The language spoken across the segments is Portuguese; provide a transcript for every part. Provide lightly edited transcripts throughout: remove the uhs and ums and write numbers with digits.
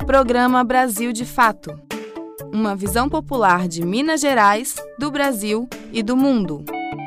Programa Brasil de Fato. Uma visão popular de Minas Gerais, do Brasil e do mundo.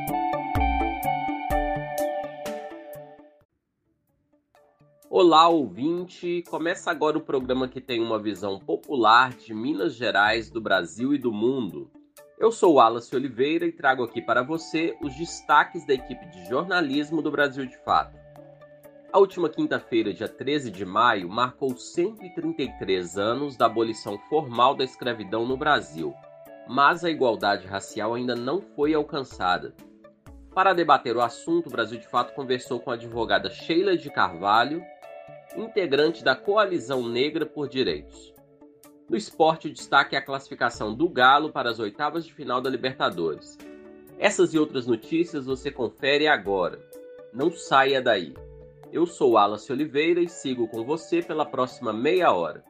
Olá, ouvinte! Começa agora o programa que tem uma visão popular de Minas Gerais, do Brasil e do mundo. Eu sou o Wallace Oliveira e trago aqui para você os destaques da equipe de jornalismo do Brasil de Fato. A última quinta-feira, dia 13 de maio, marcou 133 anos da abolição formal da escravidão no Brasil, mas a igualdade racial ainda não foi alcançada. Para debater o assunto, o Brasil de Fato conversou com a advogada Sheila de Carvalho, integrante da Coalizão Negra por Direitos. No esporte, o destaque é a classificação do Galo para as oitavas de final da Libertadores. Essas e outras notícias você confere agora. Não saia daí. Eu sou Wallace Oliveira e sigo com você pela próxima meia hora.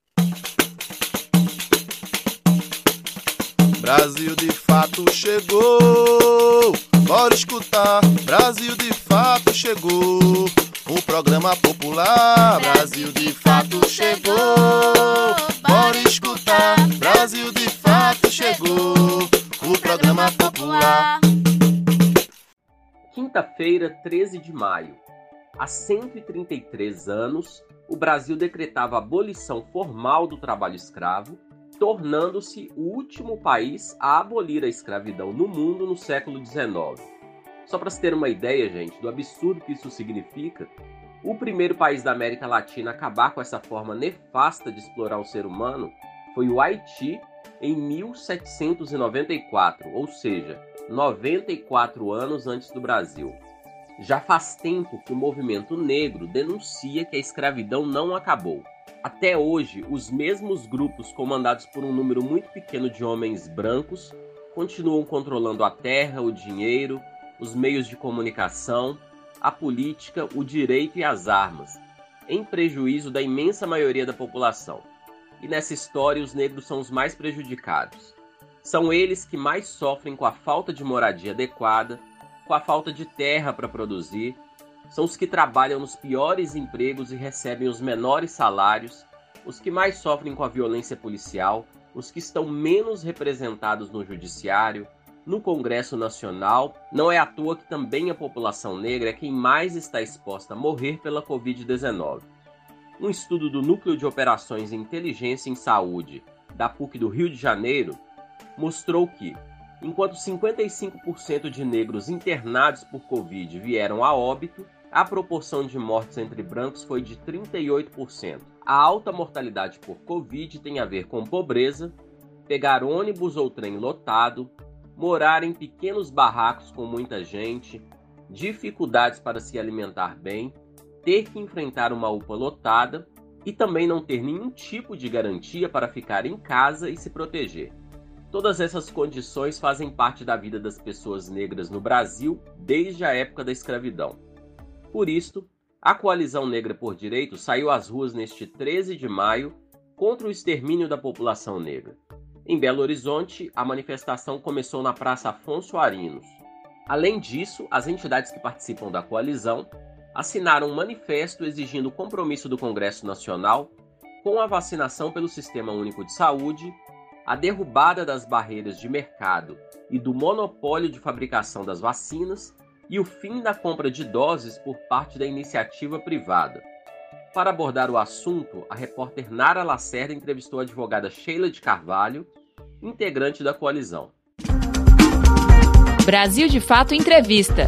Brasil de Fato chegou, bora escutar. Brasil de Fato chegou, o programa popular. Brasil de Fato chegou, bora escutar. Brasil de Fato chegou, o programa popular. Quinta-feira, 13 de maio. Há 133 anos, o Brasil decretava a abolição formal do trabalho escravo, tornando-se o último país a abolir a escravidão no mundo no século XIX. Só para se ter uma ideia, gente, do absurdo que isso significa, o primeiro país da América Latina a acabar com essa forma nefasta de explorar o ser humano foi o Haiti em 1794, ou seja, 94 anos antes do Brasil. Já faz tempo que o movimento negro denuncia que a escravidão não acabou. Até hoje, os mesmos grupos comandados por um número muito pequeno de homens brancos continuam controlando a terra, o dinheiro, os meios de comunicação, a política, o direito e as armas, em prejuízo da imensa maioria da população. E nessa história, os negros são os mais prejudicados. São eles que mais sofrem com a falta de moradia adequada, com a falta de terra para produzir, são os que trabalham nos piores empregos e recebem os menores salários, os que mais sofrem com a violência policial, os que estão menos representados no judiciário, no Congresso Nacional. Não é à toa que também a população negra é quem mais está exposta a morrer pela Covid-19. Um estudo do Núcleo de Operações e Inteligência em Saúde da PUC do Rio de Janeiro mostrou que, enquanto 55% de negros internados por Covid vieram a óbito, a proporção de mortes entre brancos foi de 38%. A alta mortalidade por Covid tem a ver com pobreza, pegar ônibus ou trem lotado, morar em pequenos barracos com muita gente, dificuldades para se alimentar bem, ter que enfrentar uma UPA lotada e também não ter nenhum tipo de garantia para ficar em casa e se proteger. Todas essas condições fazem parte da vida das pessoas negras no Brasil desde a época da escravidão. Por isto, a Coalizão Negra por Direitos saiu às ruas neste 13 de maio contra o extermínio da população negra. Em Belo Horizonte, a manifestação começou na Praça Afonso Arinos. Além disso, as entidades que participam da coalizão assinaram um manifesto exigindo o compromisso do Congresso Nacional com a vacinação pelo Sistema Único de Saúde, a derrubada das barreiras de mercado e do monopólio de fabricação das vacinas e o fim da compra de doses por parte da iniciativa privada. Para abordar o assunto, a repórter Nara Lacerda entrevistou a advogada Sheila de Carvalho, integrante da coalizão. Brasil de Fato Entrevista.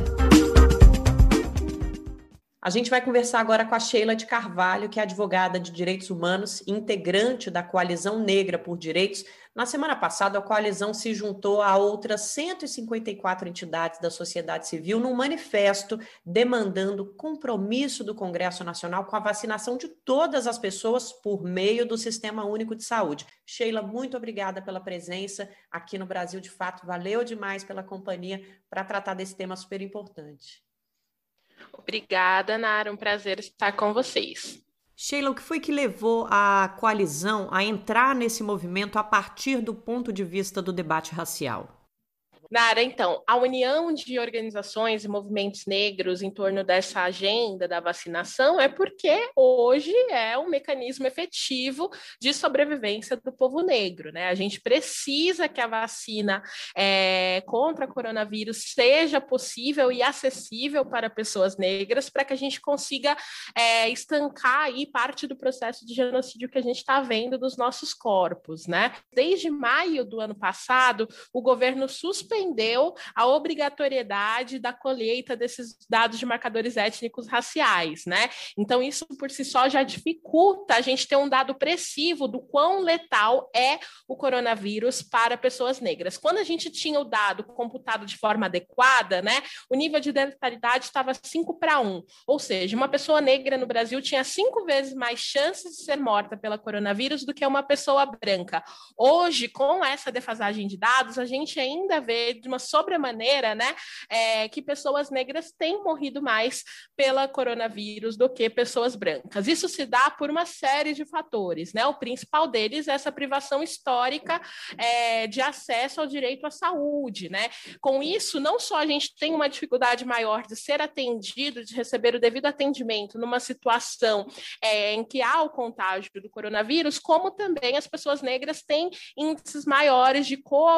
A gente vai conversar agora com a Sheila de Carvalho, que é advogada de direitos humanos e integrante da Coalizão Negra por Direitos. Na semana passada, a coalizão se juntou a outras 154 entidades da sociedade civil num manifesto demandando compromisso do Congresso Nacional com a vacinação de todas as pessoas por meio do Sistema Único de Saúde. Sheila, muito obrigada pela presença aqui no Brasil de Fato. Valeu demais pela companhia para tratar desse tema super importante. Obrigada, Nara. Um prazer estar com vocês. Sheila, o que foi que levou a coalizão a entrar nesse movimento a partir do ponto de vista do debate racial? Nara, então, a união de organizações e movimentos negros em torno dessa agenda da vacinação é porque hoje é um mecanismo efetivo de sobrevivência do povo negro, né? A gente precisa que a vacina contra o coronavírus seja possível e acessível para pessoas negras, para que a gente consiga estancar aí parte do processo de genocídio que a gente está vendo dos nossos corpos, né? Desde maio do ano passado, o governo suspendeu a obrigatoriedade da colheita desses dados de marcadores étnicos raciais, né? Então, isso por si só já dificulta a gente ter um dado preciso do quão letal é o coronavírus para pessoas negras. Quando a gente tinha o dado computado de forma adequada, né, o nível de letalidade estava 5:1, ou seja, uma pessoa negra no Brasil tinha 5 vezes mais chances de ser morta pela coronavírus do que uma pessoa branca. Hoje, com essa defasagem de dados, a gente ainda vê de uma sobremaneira, né, que pessoas negras têm morrido mais pela coronavírus do que pessoas brancas. Isso se dá por uma série de fatores, né? O principal deles é essa privação histórica de acesso ao direito à saúde, né? Com isso, não só a gente tem uma dificuldade maior de ser atendido, de receber o devido atendimento numa situação em que há o contágio do coronavírus, como também as pessoas negras têm índices maiores de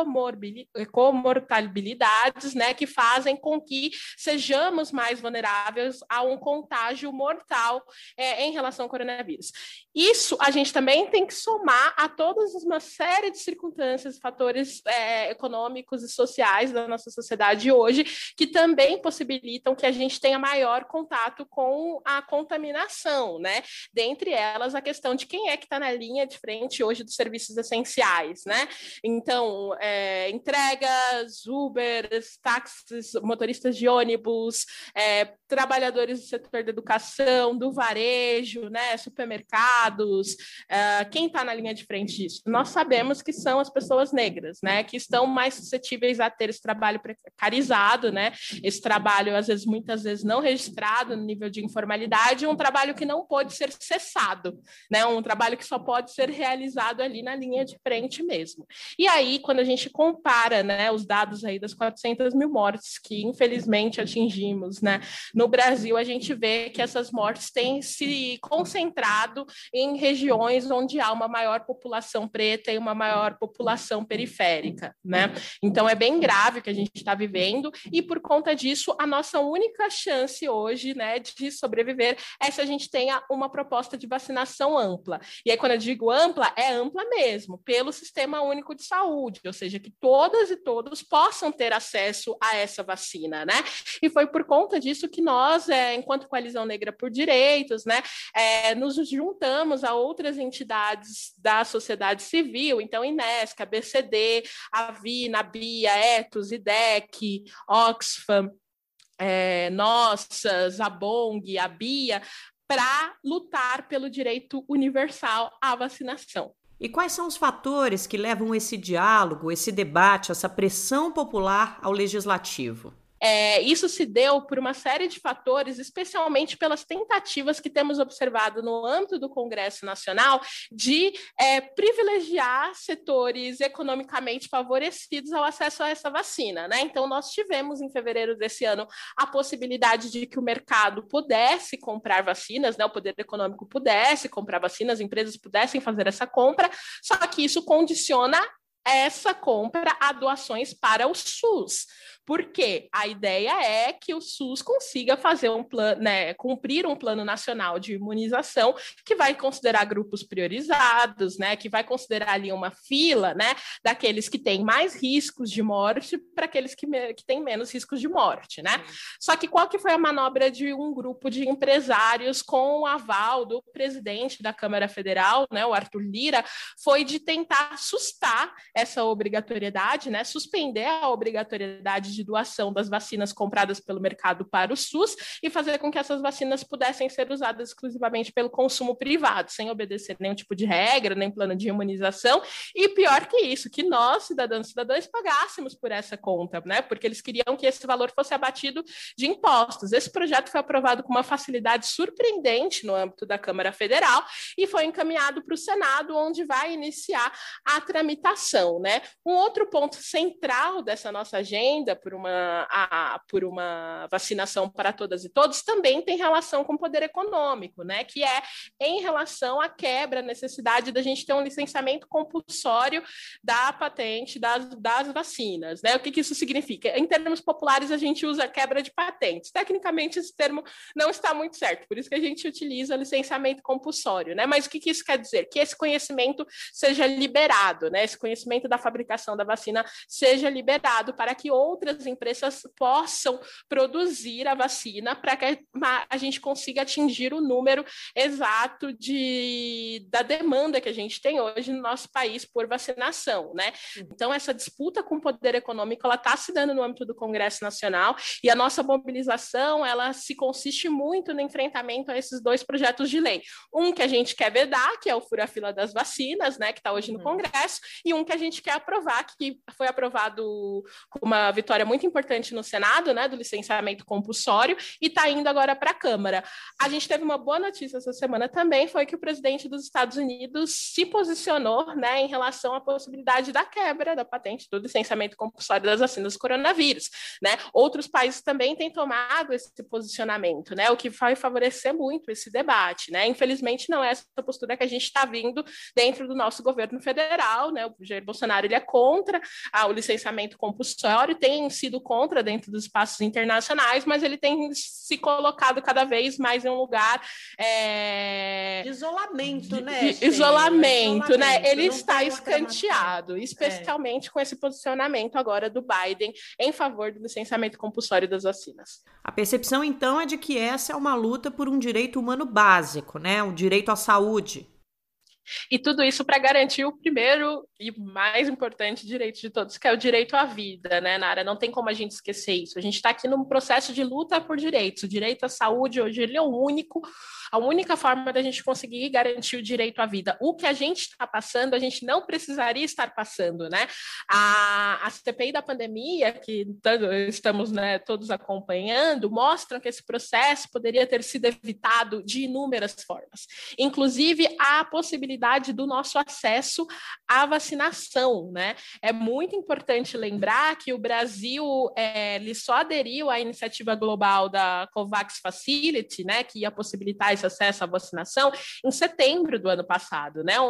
comortalidades, né, que fazem com que sejamos mais vulneráveis a um contágio mortal em relação ao coronavírus. Isso a gente também tem que somar a todas uma série de circunstâncias, fatores econômicos e sociais da nossa sociedade hoje, que também possibilitam que a gente tenha maior contato com a contaminação, né? Dentre elas, a questão de quem é que está na linha de frente hoje dos serviços essenciais, né? Então, entregas, Ubers, táxis, motoristas de ônibus, trabalhadores do setor da educação, do varejo, né, supermercados, quem está na linha de frente disso? Nós sabemos que são as pessoas negras, né, que estão mais suscetíveis a ter esse trabalho precarizado, né, esse trabalho, muitas vezes não registrado no nível de informalidade, um trabalho que não pode ser cessado, né, um trabalho que só pode ser realizado ali na linha de frente mesmo. E aí, quando a gente compara, né, os dados aí das 400 mil mortes que infelizmente atingimos, né, no Brasil, a gente vê que essas mortes têm se concentrado em regiões onde há uma maior população preta e uma maior população periférica, né? Então, é bem grave o que a gente está vivendo e, por conta disso, a nossa única chance hoje, né, de sobreviver é se a gente tenha uma proposta de vacinação ampla. E aí, quando eu digo ampla, é ampla mesmo, pelo Sistema Único de Saúde, ou seja, que todas e todos possam ter acesso a essa vacina, né? E foi por conta disso que nós, enquanto Coalizão Negra por Direitos, né, nos juntamos a outras entidades da sociedade civil, então Inesca, BCD, Avina, BIA, Etos, IDEC, Oxfam, Nossas, a BONG, a BIA, para lutar pelo direito universal à vacinação. E quais são os fatores que levam esse diálogo, esse debate, essa pressão popular ao legislativo? Isso se deu por uma série de fatores, especialmente pelas tentativas que temos observado no âmbito do Congresso Nacional de privilegiar setores economicamente favorecidos ao acesso a essa vacina, né? Então, nós tivemos em fevereiro desse ano a possibilidade de que o mercado pudesse comprar vacinas, né? O poder econômico pudesse comprar vacinas, as empresas pudessem fazer essa compra, só que isso condiciona essa compra a doações para o SUS. Porque a ideia é que o SUS consiga fazer um plano, né, cumprir um plano nacional de imunização que vai considerar grupos priorizados, né, que vai considerar ali uma fila, né, daqueles que têm mais riscos de morte para aqueles que têm menos riscos de morte, né? Só que qual que foi a manobra de um grupo de empresários com o aval do presidente da Câmara Federal, né, o Arthur Lira, foi de tentar assustar essa obrigatoriedade, né, suspender a obrigatoriedade de doação das vacinas compradas pelo mercado para o SUS e fazer com que essas vacinas pudessem ser usadas exclusivamente pelo consumo privado, sem obedecer nenhum tipo de regra, nem plano de imunização, e pior que isso, que nós, cidadãos e cidadãs, pagássemos por essa conta, né? Porque eles queriam que esse valor fosse abatido de impostos. Esse projeto foi aprovado com uma facilidade surpreendente no âmbito da Câmara Federal e foi encaminhado para o Senado, onde vai iniciar a tramitação, né? Um outro ponto central dessa nossa agenda por uma vacinação para todas e todos também tem relação com o poder econômico, né? Que é em relação à quebra, a necessidade da gente ter um licenciamento compulsório da patente das vacinas, né? O que isso significa? Em termos populares, a gente usa quebra de patentes. Tecnicamente, esse termo não está muito certo, por isso que a gente utiliza licenciamento compulsório, né? Mas o que isso quer dizer? Que esse conhecimento seja liberado, né? Esse conhecimento da fabricação da vacina seja liberado para que outras empresas possam produzir a vacina para que a gente consiga atingir o número exato da demanda que a gente tem hoje no nosso país por vacinação, né? Então, essa disputa com o poder econômico, ela está se dando no âmbito do Congresso Nacional e a nossa mobilização, ela se consiste muito no enfrentamento a esses dois projetos de lei. Um que a gente quer vedar, que é o fura-fila das vacinas, né, que está hoje no Congresso, e um que a gente quer aprovar, que foi aprovado com uma vitória muito importante no Senado, né, do licenciamento compulsório, e está indo agora para a Câmara. A gente teve uma boa notícia essa semana também, foi que o presidente dos Estados Unidos se posicionou, né, em relação à possibilidade da quebra da patente do licenciamento compulsório das vacinas do coronavírus, né? Outros países também têm tomado esse posicionamento, né, o que vai favorecer muito esse debate, né? Infelizmente, não é essa postura que a gente está vindo dentro do nosso governo federal, né? O Jair Bolsonaro, ele é contra o licenciamento compulsório, tem sido contra dentro dos espaços internacionais, mas ele tem se colocado cada vez mais em um lugar de isolamento, né? Isolamento, né? Ele está escanteado, especialmente com esse posicionamento agora do Biden em favor do licenciamento compulsório das vacinas. A percepção, então, é de que essa é uma luta por um direito humano básico, né? O direito à saúde. E tudo isso para garantir o primeiro e mais importante direito de todos, que é o direito à vida, né, Nara? Não tem como a gente esquecer isso. A gente está aqui num processo de luta por direitos. O direito à saúde hoje ele é a única forma da gente conseguir garantir o direito à vida. O que a gente está passando, a gente não precisaria estar passando, né? A CPI da pandemia, que estamos, né, todos acompanhando, mostram que esse processo poderia ter sido evitado de inúmeras formas. Inclusive, a possibilidade do nosso acesso à vacinação, né? É muito importante lembrar que o Brasil ele só aderiu à iniciativa global da COVAX Facility, né, que ia possibilitar esse acesso à vacinação em setembro do ano passado, né?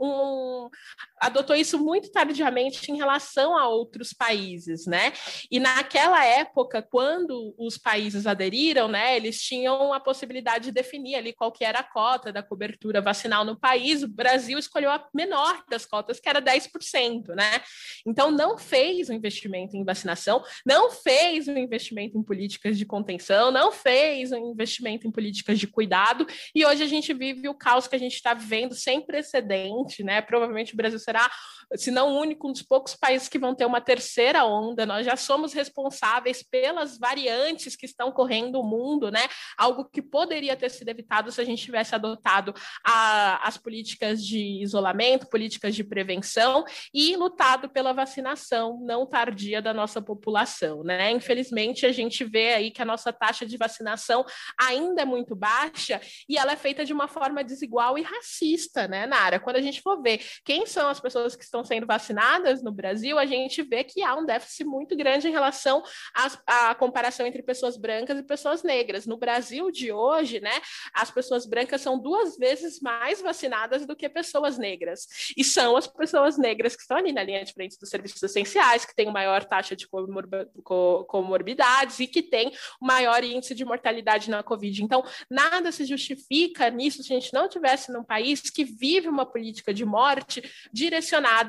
Adotou isso muito tardiamente em relação a outros países, né? E naquela época, quando os países aderiram, né, eles tinham a possibilidade de definir ali qual que era a cota da cobertura vacinal no país. O Brasil escolheu a menor das cotas, que era 10%, né? Então, não fez um investimento em vacinação, não fez um investimento em políticas de contenção, não fez um investimento em políticas de cuidado, e hoje a gente vive o caos que a gente está vivendo sem precedente, né? Provavelmente o Brasil será, se não o único, um dos poucos países que vão ter uma terceira onda. Nós já somos responsáveis pelas variantes que estão correndo o mundo, né? Algo que poderia ter sido evitado se a gente tivesse adotado as políticas de isolamento, políticas de prevenção e lutado pela vacinação não tardia da nossa população, né? Infelizmente, a gente vê aí que a nossa taxa de vacinação ainda é muito baixa e ela é feita de uma forma desigual e racista, né, Nara? Quando a gente for ver quem são as pessoas que estão sendo vacinadas no Brasil, a gente vê que há um déficit muito grande em relação à comparação entre pessoas brancas e pessoas negras. No Brasil de hoje, né, as pessoas brancas são 2 vezes mais vacinadas do que pessoas negras. E são as pessoas negras que estão ali na linha de frente dos serviços essenciais, que têm a maior taxa de comorbidades e que têm o maior índice de mortalidade na Covid. Então, nada se justifica nisso se a gente não tivesse num país que vive uma política de morte direcionada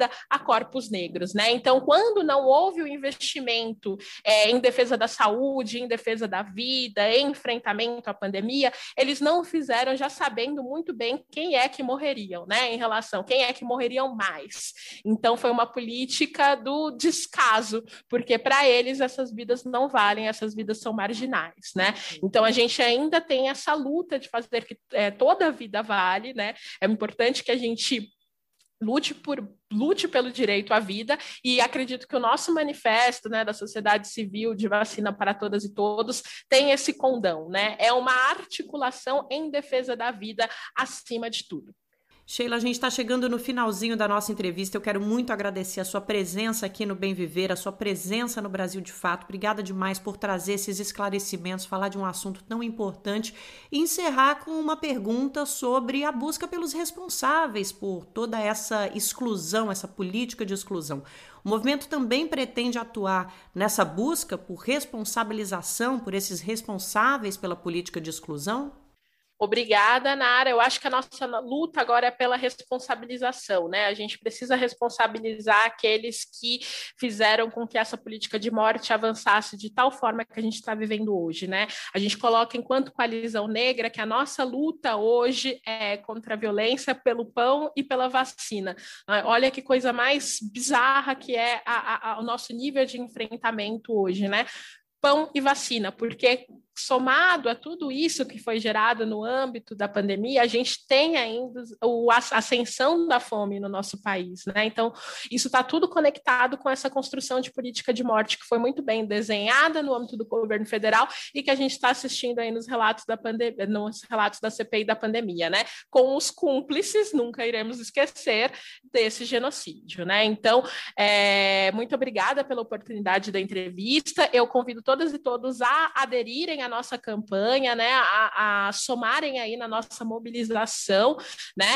ligada a corpos negros, né? Então, quando não houve o investimento em defesa da saúde, em defesa da vida, em enfrentamento à pandemia, eles não fizeram já sabendo muito bem quem é que morreriam, né? Em relação, quem é que morreriam mais. Então, foi uma política do descaso, porque para eles essas vidas não valem, essas vidas são marginais, né? Então, a gente ainda tem essa luta de fazer que toda a vida vale, né? É importante que a gente lute pelo direito à vida, e acredito que o nosso manifesto, né, da sociedade civil de vacina para todas e todos tem esse condão, né? É uma articulação em defesa da vida acima de tudo. Sheila, a gente está chegando no finalzinho da nossa entrevista. Eu quero muito agradecer a sua presença aqui no Bem Viver, a sua presença no Brasil de Fato. Obrigada demais por trazer esses esclarecimentos, falar de um assunto tão importante e encerrar com uma pergunta sobre a busca pelos responsáveis por toda essa exclusão, essa política de exclusão. O movimento também pretende atuar nessa busca por responsabilização, por esses responsáveis pela política de exclusão? Obrigada, Nara. Eu acho que a nossa luta agora é pela responsabilização, né? A gente precisa responsabilizar aqueles que fizeram com que essa política de morte avançasse de tal forma que a gente está vivendo hoje, né? A gente coloca, enquanto coalizão negra, que a nossa luta hoje é contra a violência pelo pão e pela vacina. Olha que coisa mais bizarra que é o nosso nível de enfrentamento hoje, né? Pão e vacina, porque somado a tudo isso que foi gerado no âmbito da pandemia, a gente tem ainda a ascensão da fome no nosso país, né? Então, isso está tudo conectado com essa construção de política de morte que foi muito bem desenhada no âmbito do governo federal e que a gente está assistindo aí nos relatos da CPI da pandemia, né? Com os cúmplices, nunca iremos esquecer desse genocídio, né? Então, muito obrigada pela oportunidade da entrevista. Eu convido todas e todos a aderirem à nossa campanha, né, a somarem aí na nossa mobilização, né,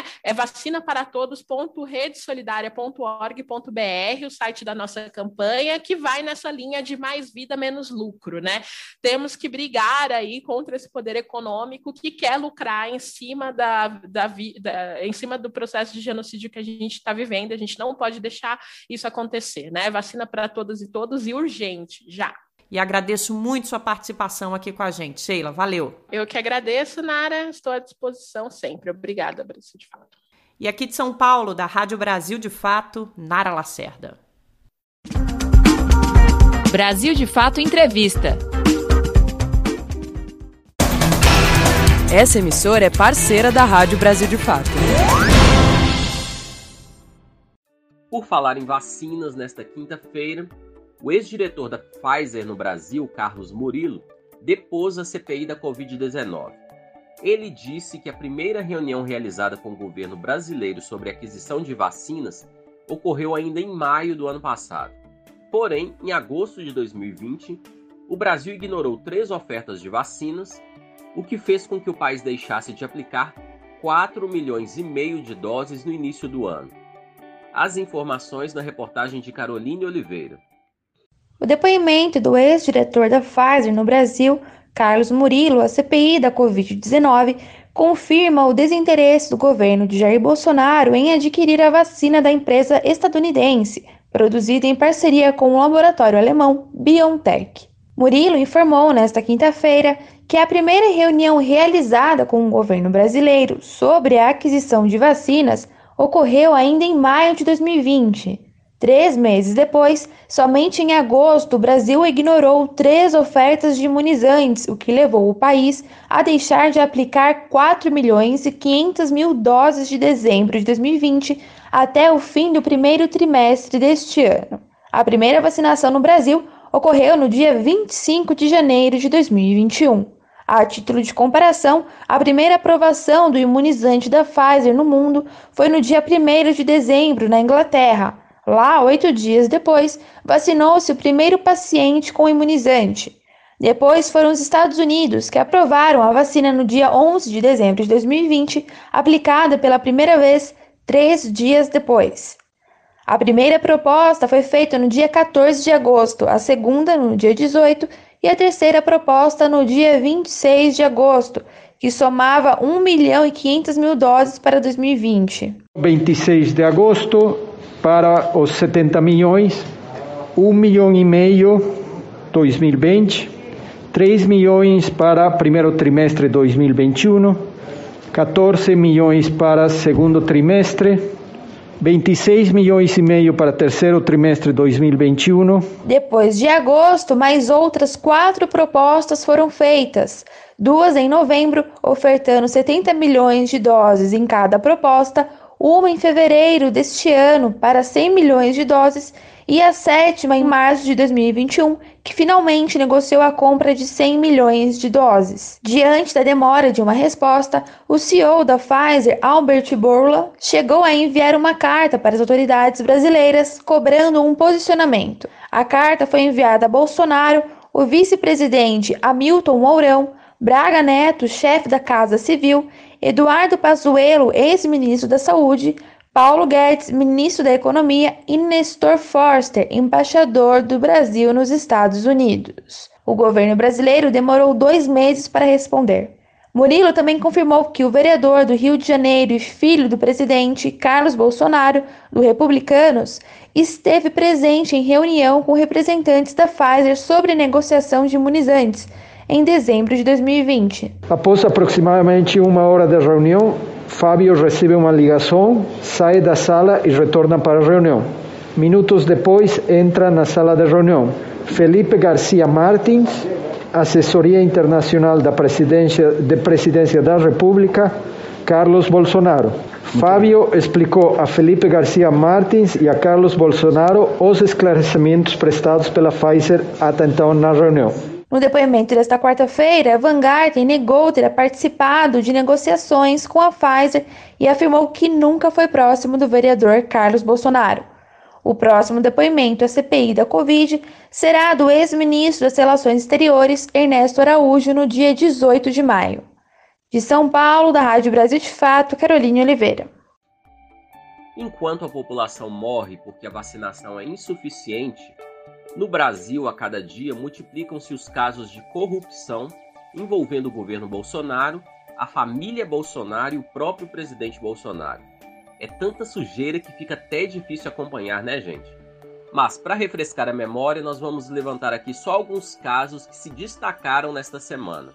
vacinaparatodos.redesolidaria.org.br, o site da nossa campanha, que vai nessa linha de mais vida, menos lucro, né? Temos que brigar aí contra esse poder econômico que quer lucrar em cima em cima do processo de genocídio que a gente está vivendo. A gente não pode deixar isso acontecer, né? Vacina para todas e todos e urgente, já. E agradeço muito sua participação aqui com a gente. Sheila, valeu. Eu que agradeço, Nara. Estou à disposição sempre. Obrigada, Brasil de Fato. E aqui de São Paulo, da Rádio Brasil de Fato, Nara Lacerda. Brasil de Fato Entrevista. Essa emissora é parceira da Rádio Brasil de Fato. Por falar em vacinas, nesta quinta-feira, o ex-diretor da Pfizer no Brasil, Carlos Murilo, depôs a CPI da Covid-19. Ele disse que a primeira reunião realizada com o governo brasileiro sobre a aquisição de vacinas ocorreu ainda em maio do ano passado. Porém, em agosto de 2020, o Brasil ignorou 3 ofertas de vacinas, o que fez com que o país deixasse de aplicar 4,5 milhões de doses no início do ano. As informações na reportagem de Caroline Oliveira. O depoimento do ex-diretor da Pfizer no Brasil, Carlos Murilo, à CPI da Covid-19, confirma o desinteresse do governo de Jair Bolsonaro em adquirir a vacina da empresa estadunidense, produzida em parceria com o laboratório alemão BioNTech. Murilo informou nesta quinta-feira que a primeira reunião realizada com o governo brasileiro sobre a aquisição de vacinas ocorreu ainda em maio de 2020. 3 meses depois, somente em agosto, o Brasil ignorou 3 ofertas de imunizantes, o que levou o país a deixar de aplicar 4.500.000 doses de dezembro de 2020 até o fim do primeiro trimestre deste ano. A primeira vacinação no Brasil ocorreu no dia 25 de janeiro de 2021. A título de comparação, a primeira aprovação do imunizante da Pfizer no mundo foi no dia 1º de dezembro, na Inglaterra. Lá, 8 dias depois, vacinou-se o primeiro paciente com o imunizante. Depois foram os Estados Unidos, que aprovaram a vacina no dia 11 de dezembro de 2020, aplicada pela primeira vez 3 dias depois. A primeira proposta foi feita no dia 14 de agosto, a segunda no dia 18 e a terceira proposta no dia 26 de agosto, que somava 1.500.000 doses para 2020. 26 de agosto, para os 70 milhões, 1,5 milhão 2020, 3 milhões para primeiro trimestre de 2021, 14 milhões para segundo trimestre, 26 milhões e meio para terceiro trimestre de 2021. Depois de agosto, mais outras 4 propostas foram feitas, 2 em novembro, ofertando 70 milhões de doses em cada proposta, uma em fevereiro deste ano para 100 milhões de doses e a 7ª em março de 2021, que finalmente negociou a compra de 100 milhões de doses. Diante da demora de uma resposta, o CEO da Pfizer, Albert Bourla, chegou a enviar uma carta para as autoridades brasileiras cobrando um posicionamento. A carta foi enviada a Bolsonaro, o vice-presidente Hamilton Mourão, Braga Neto, chefe da Casa Civil, Eduardo Pazuello, ex-ministro da Saúde, Paulo Guedes, ministro da Economia, e Nestor Forster, embaixador do Brasil nos Estados Unidos. O governo brasileiro demorou 2 meses para responder. Murilo também confirmou que o vereador do Rio de Janeiro e filho do presidente, Carlos Bolsonaro, do Republicanos, esteve presente em reunião com representantes da Pfizer sobre negociação de imunizantes, em dezembro de 2020. Após aproximadamente 1 hora de reunião, Fábio recebe uma ligação, sai da sala e retorna para a reunião. Minutos depois, entra na sala de reunião Felipe Garcia Martins, assessoria internacional da presidência da República, Carlos Bolsonaro. Fábio explicou a Felipe Garcia Martins e a Carlos Bolsonaro os esclarecimentos prestados pela Pfizer até então na reunião. No depoimento desta quarta-feira, Van Garten negou ter participado de negociações com a Pfizer e afirmou que nunca foi próximo do vereador Carlos Bolsonaro. O próximo depoimento à CPI da Covid será do ex-ministro das Relações Exteriores, Ernesto Araújo, no dia 18 de maio. De São Paulo, da Rádio Brasil de Fato, Caroline Oliveira. Enquanto a população morre porque a vacinação é insuficiente, no Brasil, a cada dia, multiplicam-se os casos de corrupção envolvendo o governo Bolsonaro, a família Bolsonaro e o próprio presidente Bolsonaro. É tanta sujeira que fica até difícil acompanhar, né, gente? Mas, para refrescar a memória, nós vamos levantar aqui só alguns casos que se destacaram nesta semana.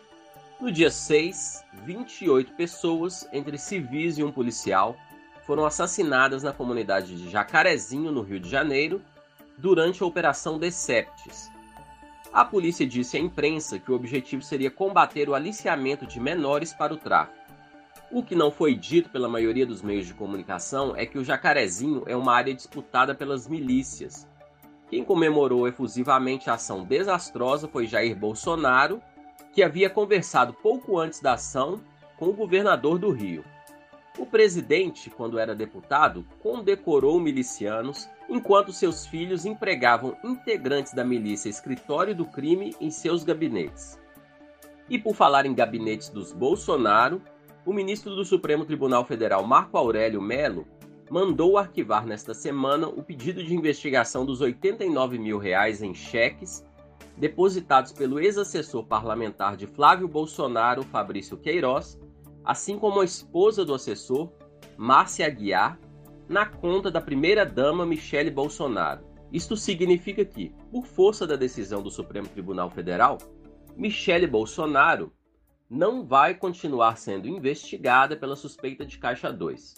No dia 6, 28 pessoas, entre civis e um policial, foram assassinadas na comunidade de Jacarezinho, no Rio de Janeiro, durante a Operação Deceptes. A polícia disse à imprensa que o objetivo seria combater o aliciamento de menores para o tráfico. O que não foi dito pela maioria dos meios de comunicação é que o Jacarezinho é uma área disputada pelas milícias. Quem comemorou efusivamente a ação desastrosa foi Jair Bolsonaro, que havia conversado pouco antes da ação com o governador do Rio. O presidente, quando era deputado, condecorou milicianos, enquanto seus filhos empregavam integrantes da milícia Escritório do Crime em seus gabinetes. E por falar em gabinetes dos Bolsonaro, o ministro do Supremo Tribunal Federal, Marco Aurélio Mello, mandou arquivar nesta semana o pedido de investigação dos R$89 mil em cheques depositados pelo ex-assessor parlamentar de Flávio Bolsonaro, Fabrício Queiroz, assim como a esposa do assessor, Márcia Aguiar, na conta da primeira-dama Michele Bolsonaro. Isto significa que, por força da decisão do Supremo Tribunal Federal, Michele Bolsonaro não vai continuar sendo investigada pela suspeita de Caixa 2.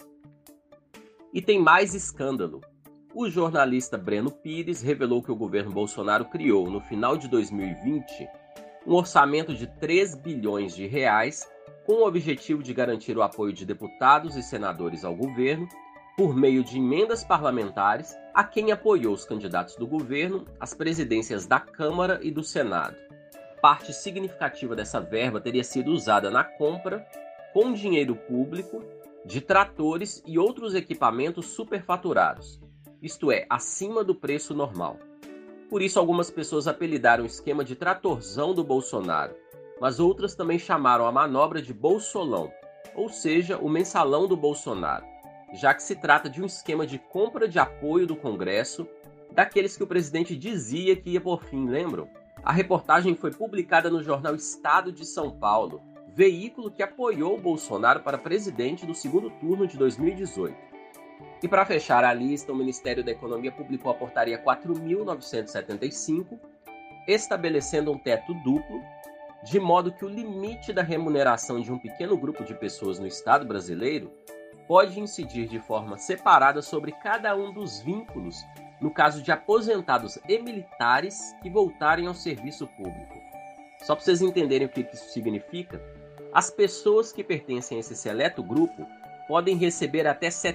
E tem mais escândalo. O jornalista Breno Pires revelou que o governo Bolsonaro criou, no final de 2020, um orçamento de 3 bilhões de reais com o objetivo de garantir o apoio de deputados e senadores ao governo por meio de emendas parlamentares a quem apoiou os candidatos do governo às presidências da Câmara e do Senado. Parte significativa dessa verba teria sido usada na compra, com dinheiro público, de tratores e outros equipamentos superfaturados, isto é, acima do preço normal. Por isso, algumas pessoas apelidaram o esquema de tratorzão do Bolsonaro, mas outras também chamaram a manobra de Bolsolão, ou seja, o mensalão do Bolsonaro, já que se trata de um esquema de compra de apoio do Congresso, daqueles que o presidente dizia que ia por fim, lembram? A reportagem foi publicada no jornal Estado de São Paulo, veículo que apoiou o Bolsonaro para presidente no segundo turno de 2018. E para fechar a lista, o Ministério da Economia publicou a Portaria 4.975, estabelecendo um teto duplo, de modo que o limite da remuneração de um pequeno grupo de pessoas no Estado brasileiro pode incidir de forma separada sobre cada um dos vínculos no caso de aposentados e militares que voltarem ao serviço público. Só para vocês entenderem o que isso significa, as pessoas que pertencem a esse seleto grupo podem receber até R$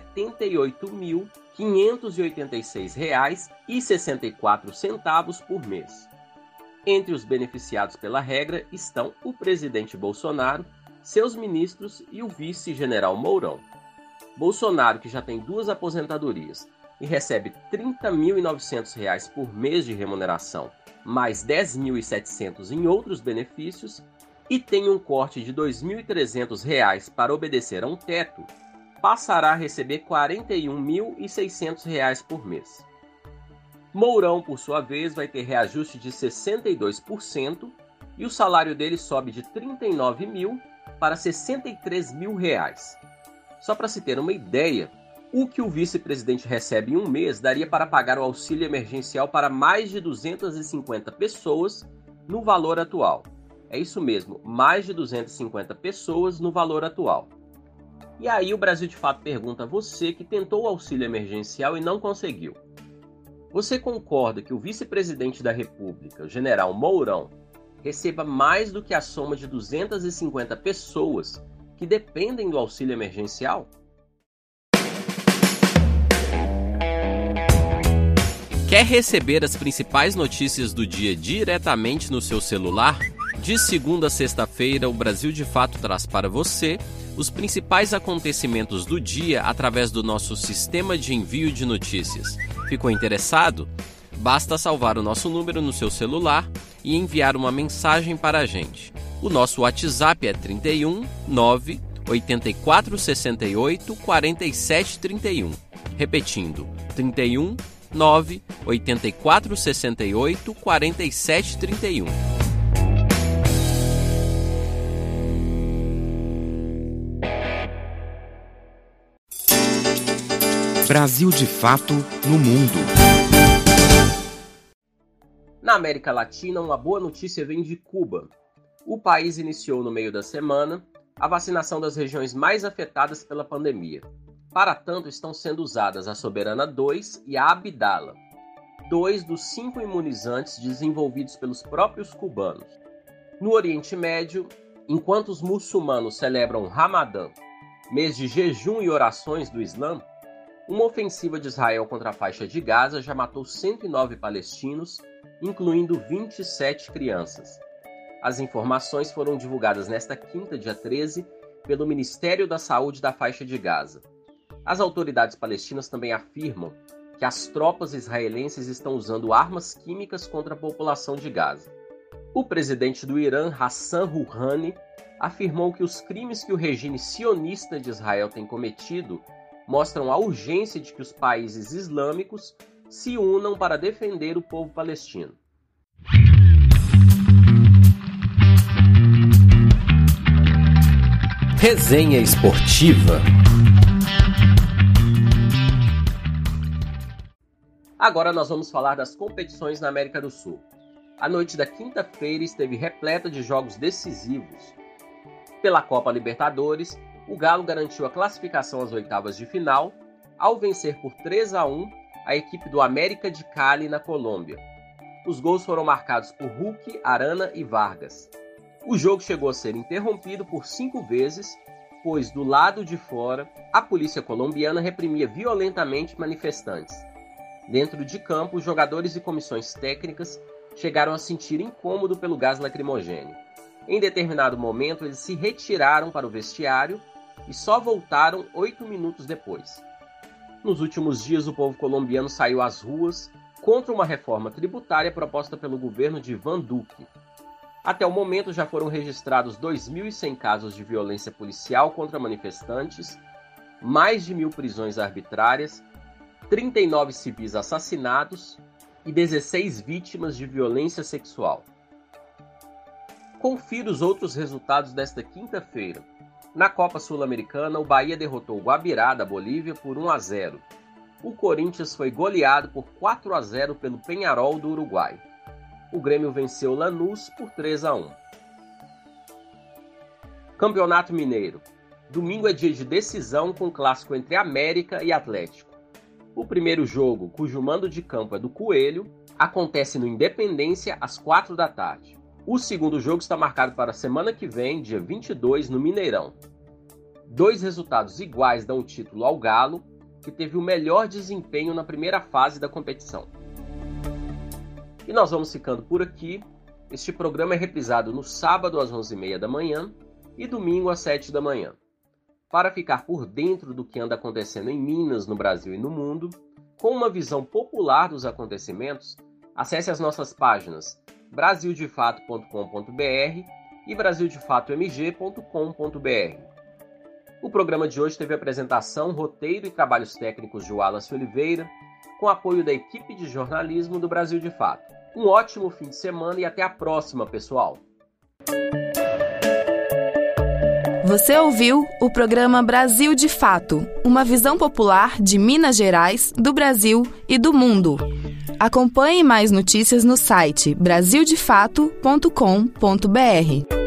78.586,64 por mês. Entre os beneficiados pela regra estão o presidente Bolsonaro, seus ministros e o vice-general Mourão. Bolsonaro, que já tem 2 aposentadorias e recebe R$ 30.900 por mês de remuneração, mais R$ 10.700 em outros benefícios, e tem um corte de R$ 2.300 para obedecer a um teto, passará a receber R$ 41.600 por mês. Mourão, por sua vez, vai ter reajuste de 62% e o salário dele sobe de R$ 39.000 para R$ 63.000. Só para se ter uma ideia, o que o vice-presidente recebe em um mês daria para pagar o auxílio emergencial para mais de 250 pessoas no valor atual. É isso mesmo, mais de 250 pessoas no valor atual. E aí o Brasil de Fato pergunta a você que tentou o auxílio emergencial e não conseguiu. Você concorda que o vice-presidente da República, o general Mourão, receba mais do que a soma de 250 pessoas que dependem do auxílio emergencial? Quer receber as principais notícias do dia diretamente no seu celular? De segunda a sexta-feira, o Brasil de Fato traz para você os principais acontecimentos do dia através do nosso sistema de envio de notícias. Ficou interessado? Basta salvar o nosso número no seu celular e enviar uma mensagem para a gente. O nosso WhatsApp é 31 9 84 68 47 31. Repetindo, 31 9 84 68 47 31. Brasil de Fato no mundo. Na América Latina, uma boa notícia vem de Cuba. O país iniciou no meio da semana a vacinação das regiões mais afetadas pela pandemia. Para tanto, estão sendo usadas a Soberana 2 e a Abdala, 2 dos 5 imunizantes desenvolvidos pelos próprios cubanos. No Oriente Médio, enquanto os muçulmanos celebram o Ramadã, mês de jejum e orações do Islã, uma ofensiva de Israel contra a faixa de Gaza já matou 109 palestinos, incluindo 27 crianças. As informações foram divulgadas nesta quinta, dia 13, pelo Ministério da Saúde da faixa de Gaza. As autoridades palestinas também afirmam que as tropas israelenses estão usando armas químicas contra a população de Gaza. O presidente do Irã, Hassan Rouhani, afirmou que os crimes que o regime sionista de Israel tem cometido mostram a urgência de que os países islâmicos se unam para defender o povo palestino. Resenha esportiva. Agora nós vamos falar das competições na América do Sul. A noite da quinta-feira esteve repleta de jogos decisivos. Pela Copa Libertadores, o Galo garantiu a classificação às oitavas de final ao vencer por 3-1 a equipe do América de Cali na Colômbia. Os gols foram marcados por Hulk, Arana e Vargas. O jogo chegou a ser interrompido por 5 vezes, pois do lado de fora, a polícia colombiana reprimia violentamente manifestantes. Dentro de campo, os jogadores e comissões técnicas chegaram a sentir incômodo pelo gás lacrimogêneo. Em determinado momento, eles se retiraram para o vestiário e só voltaram 8 minutos depois. Nos últimos dias, o povo colombiano saiu às ruas contra uma reforma tributária proposta pelo governo de Iván Duque. Até o momento, já foram registrados 2.100 casos de violência policial contra manifestantes, mais de 1.000 prisões arbitrárias, 39 civis assassinados e 16 vítimas de violência sexual. Confira os outros resultados desta quinta-feira. Na Copa Sul-Americana, o Bahia derrotou o Guabirá da Bolívia por 1-0. O Corinthians foi goleado por 4-0 pelo Peñarol do Uruguai. O Grêmio venceu o Lanús por 3-1. Campeonato Mineiro. Domingo é dia de decisão com o clássico entre América e Atlético. O primeiro jogo, cujo mando de campo é do Coelho, acontece no Independência às 4 da tarde. O segundo jogo está marcado para a semana que vem, dia 22, no Mineirão. 2 resultados iguais dão o título ao Galo, que teve o melhor desempenho na primeira fase da competição. E nós vamos ficando por aqui. Este programa é reprisado no sábado às 11h30 da manhã e domingo às 7 da manhã. Para ficar por dentro do que anda acontecendo em Minas, no Brasil e no mundo, com uma visão popular dos acontecimentos, acesse as nossas páginas brasildefato.com.br e brasildefatomg.com.br. O programa de hoje teve apresentação, roteiro e trabalhos técnicos de Wallace Oliveira, com apoio da equipe de jornalismo do Brasil de Fato. Um ótimo fim de semana e até a próxima, pessoal! Você ouviu o programa Brasil de Fato, uma visão popular de Minas Gerais, do Brasil e do mundo. Acompanhe mais notícias no site brasildefato.com.br.